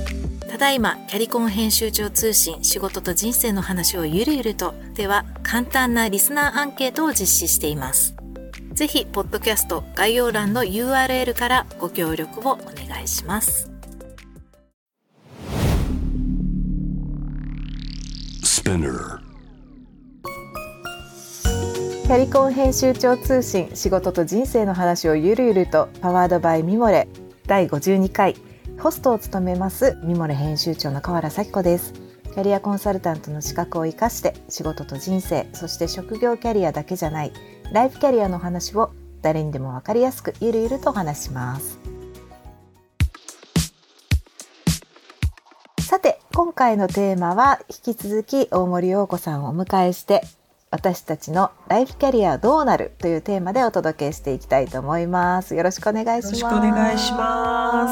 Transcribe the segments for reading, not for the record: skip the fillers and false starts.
ただいまキャリコン編集長通信仕事と人生の話をゆるゆるとでは簡単なリスナーアンケートを実施しています。ぜひポッドキャスト概要欄の URL からご協力をお願いします。 キャリコン編集長通信仕事と人生の話をゆるゆるとパワードバイミモレ第52回ホストを務めますミモレ編集長の河原咲子です。キャリアコンサルタントの資格を生かして仕事と人生、そして職業キャリアだけじゃないライフキャリアの話を誰にでも分かりやすくゆるゆると話します。さて今回のテーマは引き続き大森洋子さんをお迎えして私たちのライフキャリアはどうなるというテーマでお届けしていきたいと思います。よろしくお願いします。 よろしくお願いします。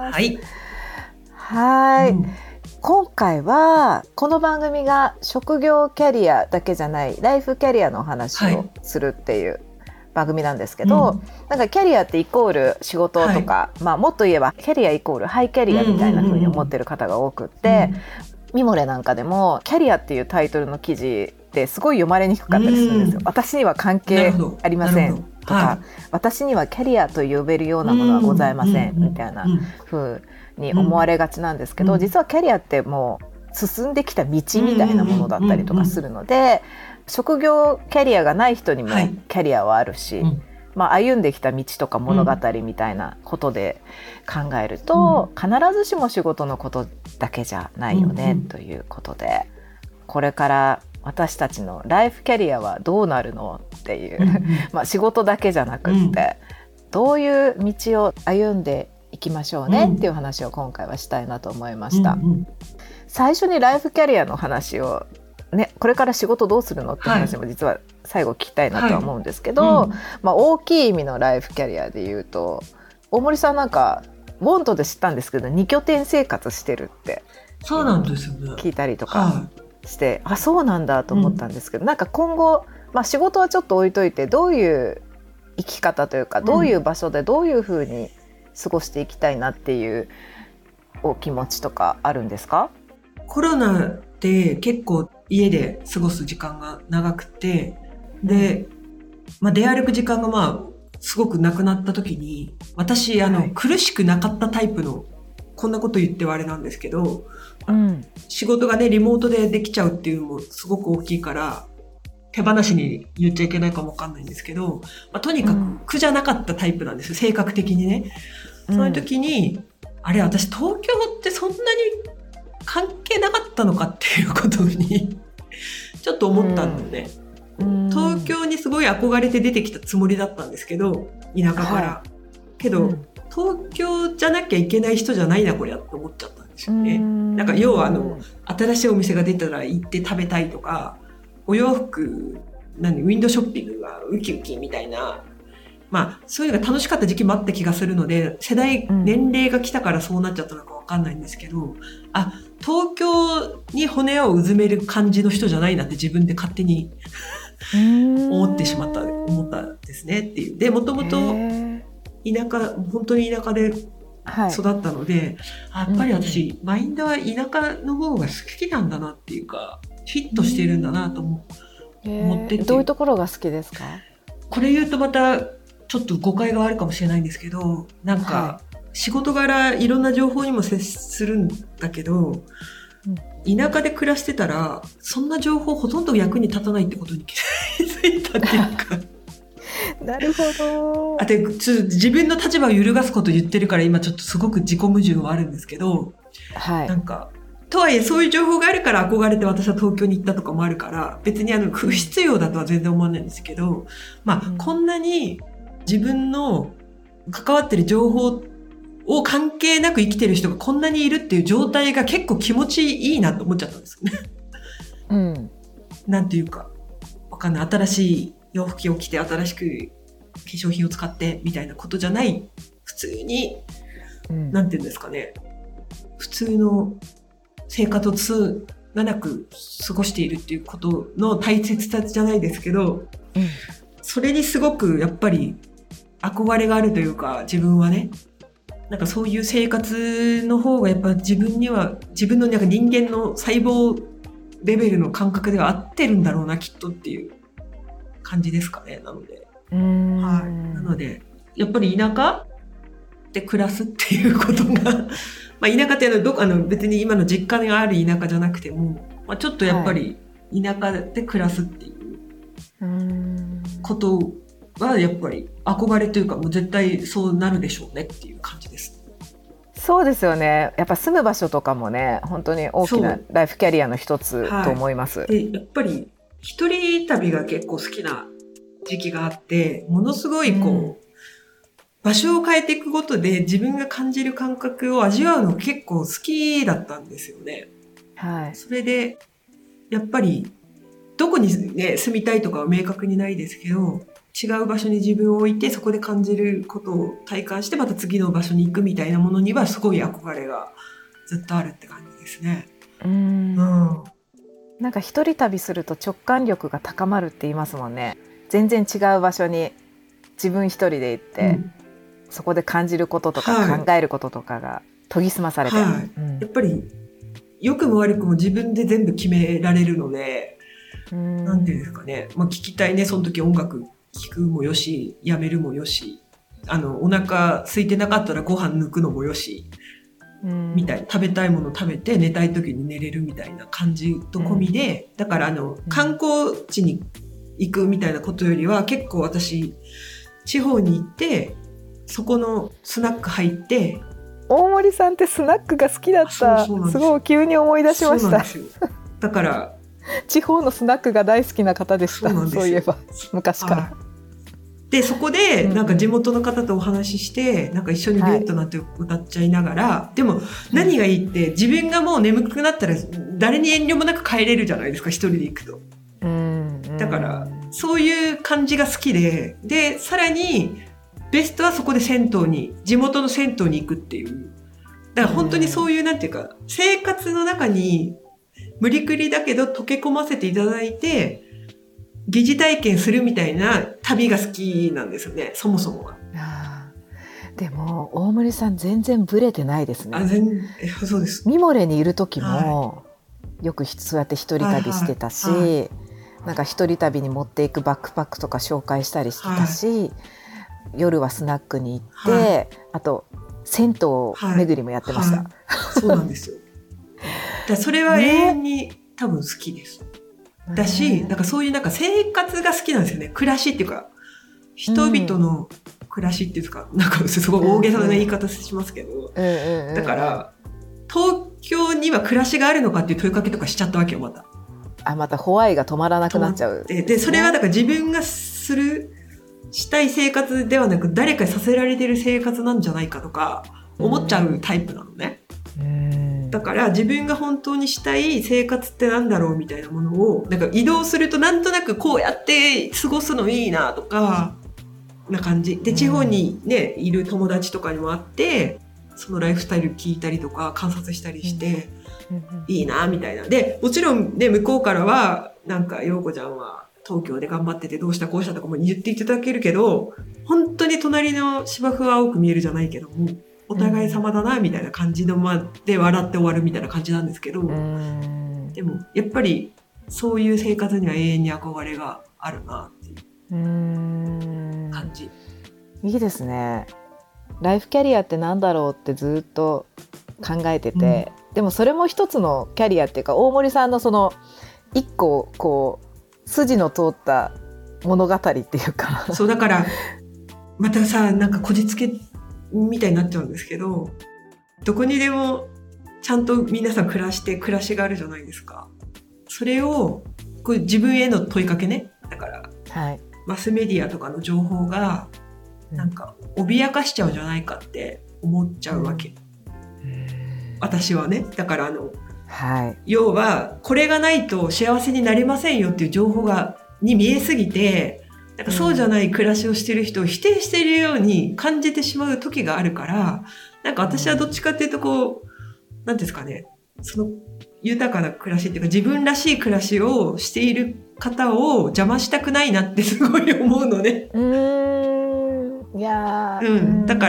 はい、今回はこの番組が職業キャリアだけじゃないライフキャリアの話をするっていう番組なんですけど、なんかキャリアってイコール仕事とか、もっと言えばキャリアイコールハイキャリアみたいな風に思ってる方が多くって、ミモレなんかでもキャリアっていうタイトルの記事ってすごい読まれにくかったりするんですよ。私には関係ありませんとか、私にはキャリアと呼べるようなものはございませんみたいな風に思われがちなんですけど、実はキャリアってもう進んできた道みたいなものだったりとかするので、職業キャリアがない人にもキャリアはあるし、歩んできた道とか物語みたいなことで考えると、必ずしも仕事のことだけじゃないよねということで、これから私たちのライフキャリアはどうなるのっていう仕事だけじゃなくってどういう道を歩んでいきましょうねっていう話を今回はしたいなと思いました。最初にライフキャリアの話をね、これから仕事どうするのって話も実は最後聞きたいなとは思うんですけど、大きい意味のライフキャリアでいうと大森さんなんかボントで知ったんですけど2拠点生活してるってそうなんですよね聞いたりとかして、あ、そうなんだと思ったんですけど、なんか今後、仕事はちょっと置いといてどういう生き方というかどういう場所でどういうふうに過ごしていきたいなっていうお気持ちとかあるんですか？ コロナって結構家で過ごす時間が長くて、で、出歩く時間がすごくなくなった時に、私苦しくなかったタイプの、こんなこと言ってはあれなんですけど、仕事がねリモートでできちゃうっていうのもすごく大きいから手放しに言っちゃいけないかもわかんないんですけど、とにかく苦じゃなかったタイプなんですよ、性格的にね。そういう時にあれ私東京ってそんなに関係なかったのかっていうことにちょっと思ったので、東京にすごい憧れて出てきたつもりだったんですけど、田舎から、けど、東京じゃなきゃいけない人じゃないなこりゃって思っちゃったんですよね。なんか要は新しいお店が出たら行って食べたいとか、お洋服ウィンドウショッピングがウキウキみたいな、そういうのが楽しかった時期もあった気がするので、年齢が来たからそうなっちゃったのかわかんないんですけど、東京に骨をうずめる感じの人じゃないなって自分で勝手に思ったんですねっていう。で、もともと本当に田舎で育ったので、やっぱり私、マインドは田舎の方が好きなんだなっていうか、フィットしてるんだなと思ってて。 どういうところが好きですか？ これ言うとまたちょっと誤解があるかもしれないんですけど、なんか、仕事柄いろんな情報にも接するんだけど、田舎で暮らしてたらそんな情報ほとんど役に立たないってことに気づいたっていうかなるほど。 で自分の立場を揺るがすこと言ってるから今ちょっとすごく自己矛盾はあるんですけど、なんかとはいえそういう情報があるから憧れて私は東京に行ったとかもあるから、別に不必要だとは全然思わないんですけど、こんなに自分の関わってる情報を関係なく生きてる人がこんなにいるっていう状態が結構気持ちいいなと思っちゃったんですよね。なんていうかわかんない、新しい洋服を着て新しく化粧品を使ってみたいなことじゃない、普通に、なんていうんですかね、普通の生活を長く過ごしているっていうことの大切さじゃないですけど、それにすごくやっぱり憧れがあるというか、自分はねなんかそういう生活の方がやっぱ自分には、自分のなんか人間の細胞レベルの感覚では合ってるんだろうなきっとっていう感じですかね。なので、はい、なのでやっぱり田舎で暮らすっていうことがまあ田舎っていうのは別に今の実家がある田舎じゃなくても、まあ、ちょっとやっぱり田舎で暮らすっていうことはやっぱり憧れというか、もう絶対そうなるでしょうねっていう感じです。 そうですよね。やっぱ住む場所とかもね、本当に大きなライフキャリアの一つと思います。 はい、でやっぱり一人旅が結構好きな時期があって、ものすごい場所を変えていくことで自分が感じる感覚を味わうのが結構好きだったんですよね。 はい。 それでやっぱりどこに、ね、住みたいとかは明確にないですけど、違う場所に自分を置いてそこで感じることを体感してまた次の場所に行くみたいなものにはすごい憧れがずっとあるって感じですね。 なんか一人旅すると直感力が高まるって言いますもんね。全然違う場所に自分一人で行って、そこで感じることとか考えることとかが研ぎ澄まされて、 やっぱり良くも悪くも自分で全部決められるので、なんていうんですかね、まあ、聞きたいね、その時音楽聞くもよし、やめるもよし、お腹空いてなかったらご飯抜くのもよし、みたいな、食べたいもの食べて寝たい時に寝れるみたいな感じと込みで、だから観光地に行くみたいなことよりは結構私地方に行ってそこのスナック入って。 大森さんってスナックが好きだった。すごい急に思い出しました。 だから地方のスナックが大好きな方でした。そういえば昔から。 でそこでなんか地元の方とお話しして、なんか一緒にデュエットなんて歌っちゃいながら、でも何がいいって自分がもう眠くなったら誰に遠慮もなく帰れるじゃないですか、一人で行くと。だからそういう感じが好きで、でさらにベストはそこで地元の銭湯に行くっていう。だから本当にそういうなんていうか、生活の中に無理くりだけど溶け込ませていただいて疑似体験するみたいな旅が好きなんですよね、そもそもは。 でも大森さん全然ブレてないですね。 そうです。 ミモレにいる時も、よくそうやって一人旅してたし、なんか一人旅に持っていくバックパックとか紹介したりしてたし、夜はスナックに行って、あと銭湯巡りもやってました。 そうなんですよ。それは永遠に多分好きです。だし、なんかそういうなんか生活が好きなんですよね。暮らしっていうか、人々の暮らしっていうか、なんかすごい大げさな言い方しますけど、だから東京には暮らしがあるのかっていう問いかけとかしちゃったわけよ、また。 またホワイが止まらなくなっちゃう。 で、それはだから自分がしたい生活ではなく、誰かにさせられてる生活なんじゃないかとか思っちゃうタイプなのね。だから自分が本当にしたい生活ってなんだろうみたいなものを、なんか移動するとなんとなくこうやって過ごすのいいなとかな感じで、地方にねいる友達とかにも会ってそのライフスタイル聞いたりとか観察したりしていいなみたいな。でもちろんね、向こうからはなんか陽子ちゃんは東京で頑張っててどうしたこうしたとかも言っていただけるけど、本当に隣の芝生は青く見えるじゃないけども、お互い様だなみたいな感じので笑って終わるみたいな感じなんですけど、でもやっぱりそういう生活には永遠に憧れがあるなっていう感じ。 いいですね。ライフキャリアってなんだろうってずっと考えてて、でもそれも一つのキャリアっていうか、大森さんのその一個こう筋の通った物語っていうかそうだからまたさ、なんかこじつけみたいになっちゃうんですけど、どこにでもちゃんと皆さん暮らしがあるじゃないですか。それをこう自分への問いかけね。だから、マスメディアとかの情報がなんか脅かしちゃうんじゃないかって思っちゃうわけ、私はね。だから要はこれがないと幸せになれませんよっていう情報に見えすぎて、なんかそうじゃない暮らしをしてる人を否定しているように感じてしまう時があるから、なんか私はどっちかっていうとこう、なんですかね、その豊かな暮らしっていうか自分らしい暮らしをしている方を邪魔したくないなってすごい思うのね。 いやだから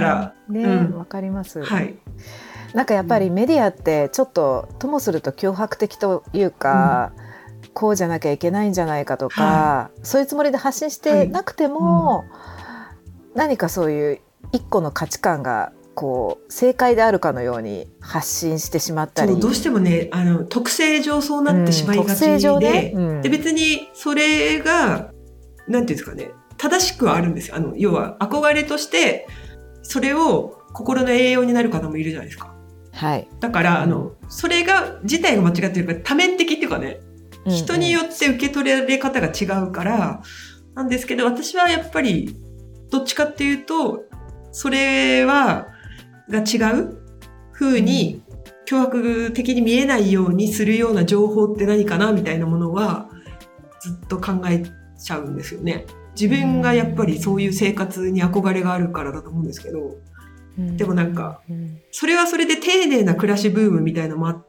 ね、 うんわかります。 はい。 なんかやっぱりメディアってちょっとともすると脅迫的というか、こうじゃなきゃいけないんじゃないかとか、そういうつもりで発信してなくても、何かそういう一個の価値観がこう正解であるかのように発信してしまったり、 そうどうしてもね特性上そうなってしまいがち特性上ね、 で別にそれがなんていうんですかね、正しくはあるんですよ。要は憧れとしてそれを心の栄養になる方もいるじゃないですか。 はい、 だからそれが自体が間違ってるから多面的っていうかね、人によって受け取られ方が違うからなんですけど、私はやっぱりどっちかっていうとそれが違う風に脅迫的に見えないようにするような情報って何かなみたいなものはずっと考えちゃうんですよね。自分がやっぱりそういう生活に憧れがあるからだと思うんですけど、でもなんかそれはそれで丁寧な暮らしブームみたいなのもあって、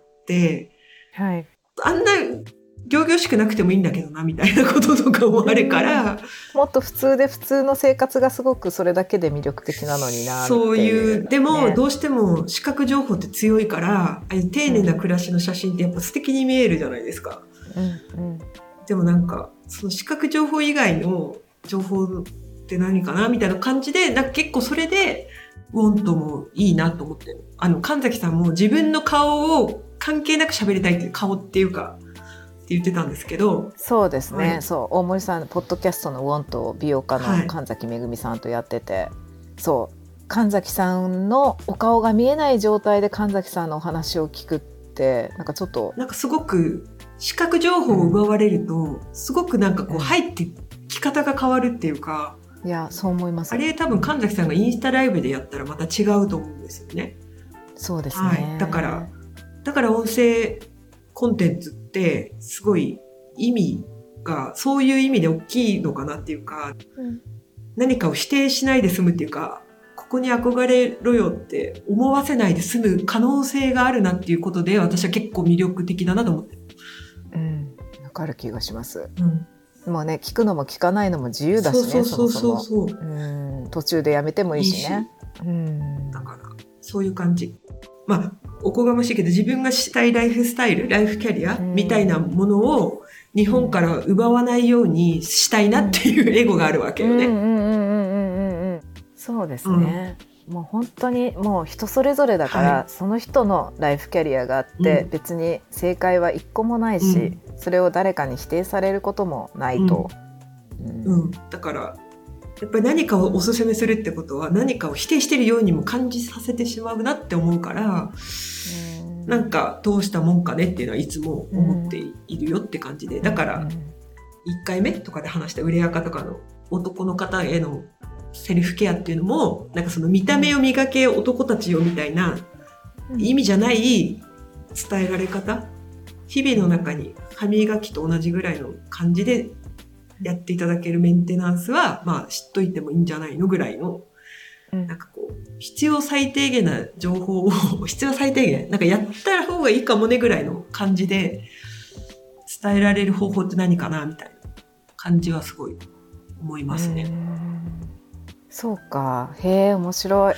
はい、 あんな仰々しくなくてもいいんだけどなみたいなこととかもあるから、 もっと普通で普通の生活がすごくそれだけで魅力的なのになっていう、 そういうでもどうしても視覚情報って強いから、ああいう丁寧な暮らしの写真ってやっぱ素敵に見えるじゃないですか。でもなんかその視覚情報以外の情報って何かなみたいな感じで、なんか結構それでウォントもいいなと思ってる。神崎さんも自分の顔を関係なく喋りたいっていう顔っていうかって言ってたんですけど、 そうですね、 はい、 そう大森さんポッドキャストのウォントを美容家の神崎めぐみさんとやってて、はい、そう神崎さんのお顔が見えない状態で神崎さんのお話を聞くってなんかちょっとなんかすごく視覚情報を奪われると、すごくなんかこう入ってき方が変わるっていうか、 いやそう思います。 あれ多分神崎さんがインスタライブでやったらまた違うと思うんですよね。 そうですね、 はい、だから音声コンテンツってすごい意味がそういう意味で大きいのかなっていうか、何かを否定しないで済むっていうか、ここに憧れろよって思わせないで済む可能性があるなっていうことで、私は結構魅力的だなと思ってる。 わかる気がします。もうね聞くのも聞かないのも自由だしね、途中でやめてもいいしね。 だからそういう感じ。まあおこがましいけど自分がしたいライフスタイル、ライフキャリアみたいなものを日本から奪わないようにしたいなっていうエゴがあるわけよね。 そうですね、もう本当にもう人それぞれだから、その人のライフキャリアがあって、別に正解は一個もないし、それを誰かに否定されることもないと、 だからやっぱり何かをおすすめするってことは何かを否定してるようにも感じさせてしまうなって思うから、なんかどうしたもんかねっていうのはいつも思っているよって感じで、だから1回目とかで話した売れ赤とかの男の方へのセルフケアっていうのもなんかその見た目を磨け男たちよみたいな意味じゃない伝えられ方、日々の中に歯磨きと同じぐらいの感じでやっていただけるメンテナンスはまあ知っといてもいいんじゃないのぐらいの、なんかこう必要最低限な情報を必要最低限なんかやった方がいいかもねぐらいの感じで伝えられる方法って何かなみたいな感じはすごい思いますね。 そうか、へえ面白い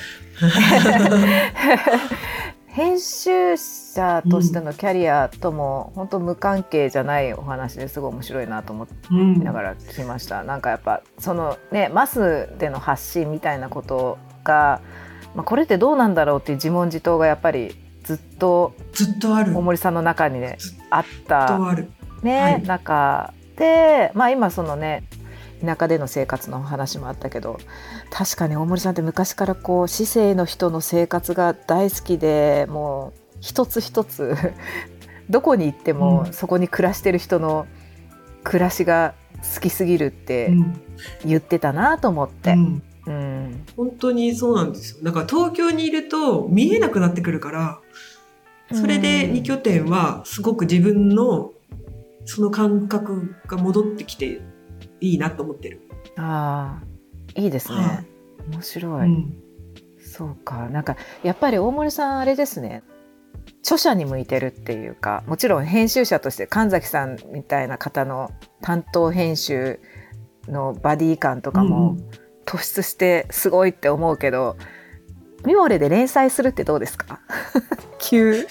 編集者としてのキャリアとも本当無関係じゃないお話ですごい面白いなと思いながら聞きました。なんかやっぱそのねマスでの発信みたいなことが、これってどうなんだろうっていう自問自答がやっぱりずっとある。 大森さんの中にねあったね、 中で、今そのね田舎での生活の話もあったけど、確かに大森さんって昔からこう市井の人の生活が大好きで、もう一つ一つどこに行ってもそこに暮らしてる人の暮らしが好きすぎるって言ってたなと思って、 本当にそうなんですよ。だから東京にいると見えなくなってくるから、それで2拠点はすごく自分のその感覚が戻ってきていいなと思ってる。 いいですね、面白い、そうか。なんかやっぱり大森さんあれですね、著者に向いてるっていうか、もちろん編集者として神崎さんみたいな方の担当編集のバディ感とかも突出してすごいって思うけど、 ミモレで連載するってどうですか？急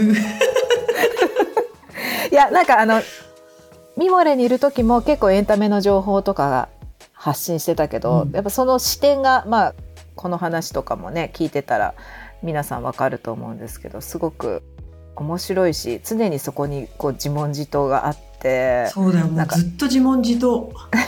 いやなんかミモレにいる時も結構エンタメの情報とかが発信してたけど、やっぱその視点がまあこの話とかもね聞いてたら皆さんわかると思うんですけど、すごく面白いし常にそこにこう自問自答があって。 そうだよ、もうずっと自問自答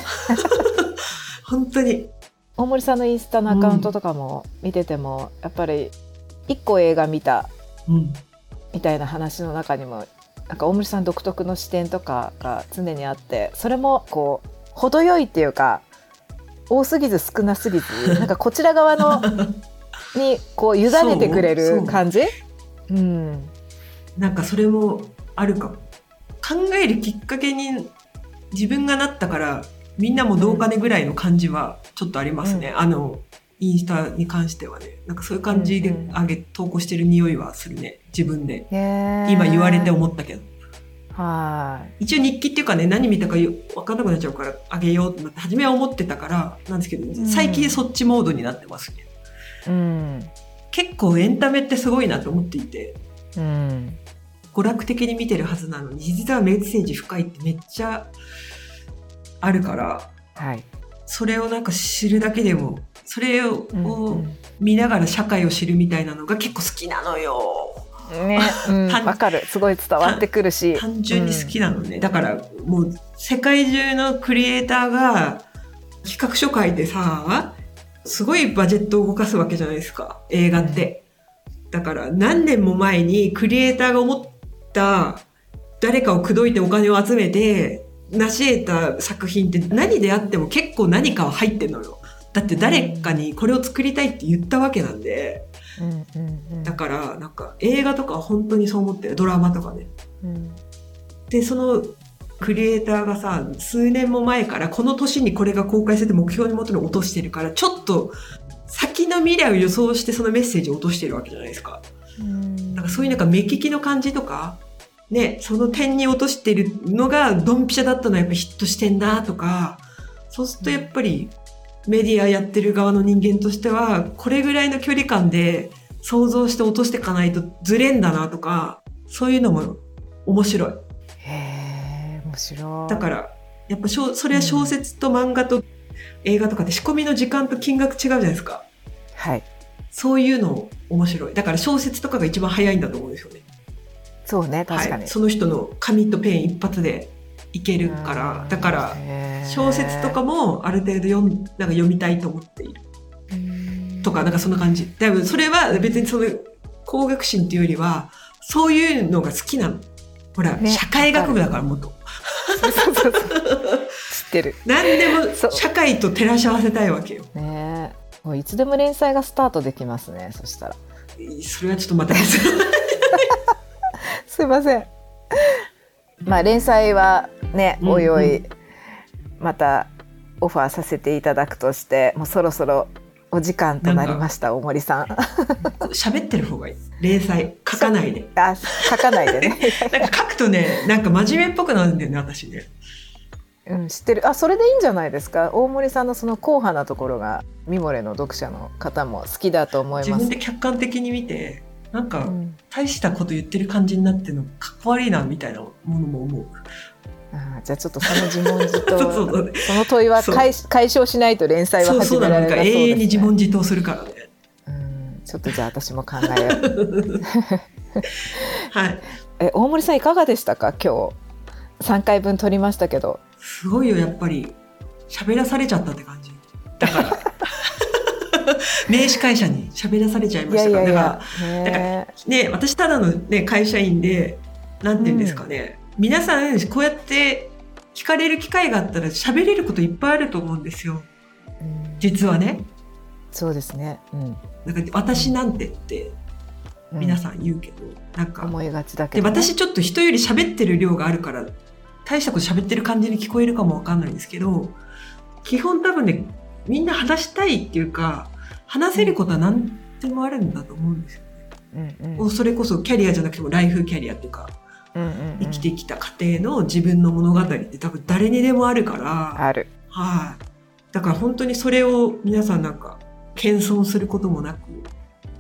本当に大森さんのインスタのアカウントとかも見てても、やっぱり一個映画見たみたいな話の中にもなんか大森さん独特の視点とかが常にあって、それもこう程よいっていうか多すぎず少なすぎずなんかこちら側のにこう委ねてくれる感じ。 なんかそれもあるかも。考えるきっかけに自分がなったからみんなもどうかねぐらいの感じはちょっとありますね、インスタに関してはね。なんかそういう感じで投稿してる匂いはするね、自分で。今言われて思ったけど。一応日記っていうかね、何見たか分かんなくなっちゃうからあげようって初めは思ってたからなんですけど、最近そっちモードになってますね。結構エンタメってすごいなと思っていて、娯楽的に見てるはずなのに実はメッセージ深いってめっちゃあるから、それをなんか知るだけでもそれを見ながら社会を知るみたいなのが結構好きなのよ。 ね、わかる、すごい伝わってくるし単純に好きなのね、だからもう世界中のクリエイターが企画書書いてさ、すごいバジェットを動かすわけじゃないですか、映画って。だから何年も前にクリエイターが思った誰かを口説いてお金を集めて成し得た作品って何であっても結構何かは入ってんのよ。だって誰かにこれを作りたいって言ったわけなんで、だからなんか映画とかは本当にそう思ってる、ドラマとかね、でそのクリエイターがさ数年も前からこの年にこれが公開されて目標に元に落としてるから、ちょっと先の未来を予想してそのメッセージを落としてるわけじゃないですか。なんかそういうなんか目利きの感じとかね、その点に落としてるのがドンピシャだったのはやっぱヒットしてんなとか、そうするとやっぱりメディアやってる側の人間としてはこれぐらいの距離感で想像して落としていかないとずれんだなとか、そういうのも面白い。 面白い。 だからやっぱそれは小説と漫画と映画とかって仕込みの時間と金額違うじゃないですか。そういうの面白い。だから小説とかが一番早いんだと思うんですよね。 そうね、確かに、 その人の紙とペン一発でいけるから、だから小説とかもある程度なんか読みたいと思っているとか、なんかそんな感じ。だいぶそれは別にその工学心っていうよりはそういうのが好きなの。ほら、社会学部だからもっと知ってる。 何でも社会と照らし合わせたいわけよ。 もういつでも連載がスタートできますね。そしたらそれはちょっとまたすいません。まあ連載はね、おいおいまたオファーさせていただくとして、もうそろそろお時間となりました。大森さん喋ってる方がいい。連載書かないで。 書かないでねなんか書くとね、なんか真面目っぽくなるんだよね、私ね。 知ってる。それでいいんじゃないですか。大森さんのその硬派なところがミモレの読者の方も好きだと思います。 自分で客観的に見て、なんか大したこと言ってる感じになってるのかっこ悪いなみたいなものも思う。 じゃあちょっとその自問自答その問いは解消しないと連載は始められなそうですね。 永遠に自問自答するからね。 ちょっとじゃあ私も考えようはい。 大森さんいかがでしたか。今日3回分撮りましたけど。 すごいよ、やっぱり喋らされちゃったって感じだから名司会者に喋らされちゃいましたから。だからね、私ただの、ね、会社員でなんていうんですかね、皆さんこうやって聞かれる機会があったら喋れることいっぱいあると思うんですよ、実はね。 そうですね、 なんか私なんてって皆さん言うけど、なんか思いがちだけど、 で私ちょっと人より喋ってる量があるから大したこと喋ってる感じに聞こえるかもわかんないんですけど、基本多分ね、みんな話したいっていうか話せることは何でもあるんだと思うんですよね、それこそキャリアじゃなくてもライフキャリアっていうか、生きてきた過程の自分の物語って多分誰にでもあるから。 ある。 だから本当にそれを皆さんなんか謙遜することもなく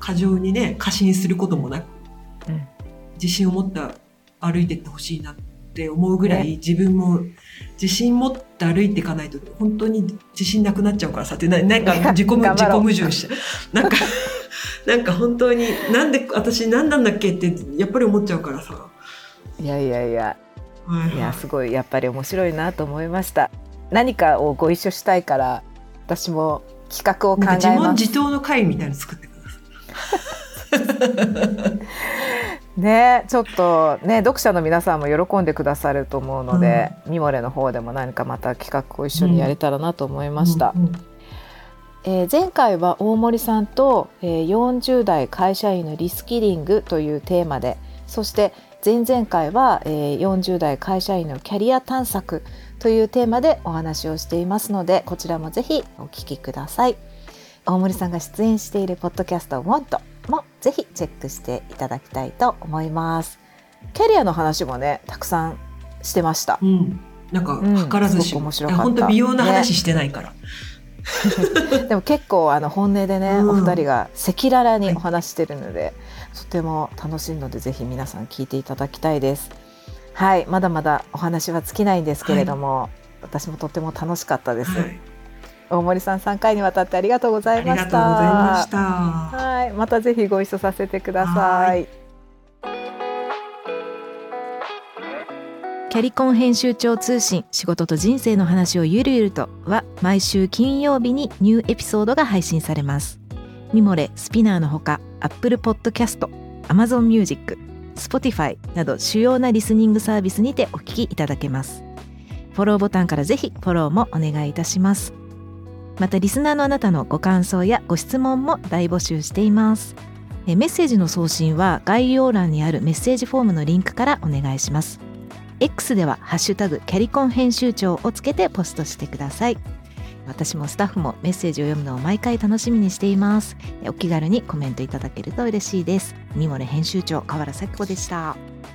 過剰にね過信することもなく、 うん、 自信を持って歩いていってほしいなって思うぐらい、自分も自信持って歩いていかないと本当に自信なくなっちゃうからさってなんか自己矛盾してなんか本当になんで私何なんだっけってやっぱり思っちゃうからさ。 いやいやいや、 はいはい、 いやすごいやっぱり面白いなと思いました。何かをご一緒したいから私も企画を考えます。 自問自答の会みたいなの作ってくださいね、ちょっとね読者の皆さんも喜んでくださると思うので、ミモレの方でも何かまた企画を一緒にやれたらなと思いました。前回は大森さんと、40代会社員のリスキリングというテーマで、そして前々回は、40代会社員のキャリア探索というテーマでお話をしていますので、こちらもぜひお聞きください。大森さんが出演しているポッドキャストWANTもぜひチェックしていただきたいと思います。キャリアの話もねたくさんしてました。 なんか図らずしも、本当美容の話してないから、 ね、でも結構本音でね、お二人が赤裸々にお話してるので、とても楽しいのでぜひ皆さん聞いていただきたいです。はい、まだまだお話は尽きないんですけれども、私もとても楽しかったです。大森さん3回にわたってありがとうございました。 ありがとうございました。 はい、またぜひご一緒させてください。 キャリコン編集長通信、仕事と人生の話をゆるゆるとは毎週金曜日にニューエピソードが配信されます。ミモレ、スピナーのほか Apple Podcast、Amazon Music、Spotify など主要なリスニングサービスにてお聞きいただけます。フォローボタンからぜひフォローもお願いいたします。またリスナーのあなたのご感想やご質問も大募集しています。メッセージの送信は概要欄にあるメッセージフォームのリンクからお願いします。X ではハッシュタグキャリコン編集長をつけてポストしてください。私もスタッフもメッセージを読むのを毎回楽しみにしています。お気軽にコメントいただけると嬉しいです。ミモレ編集長河原咲子でした。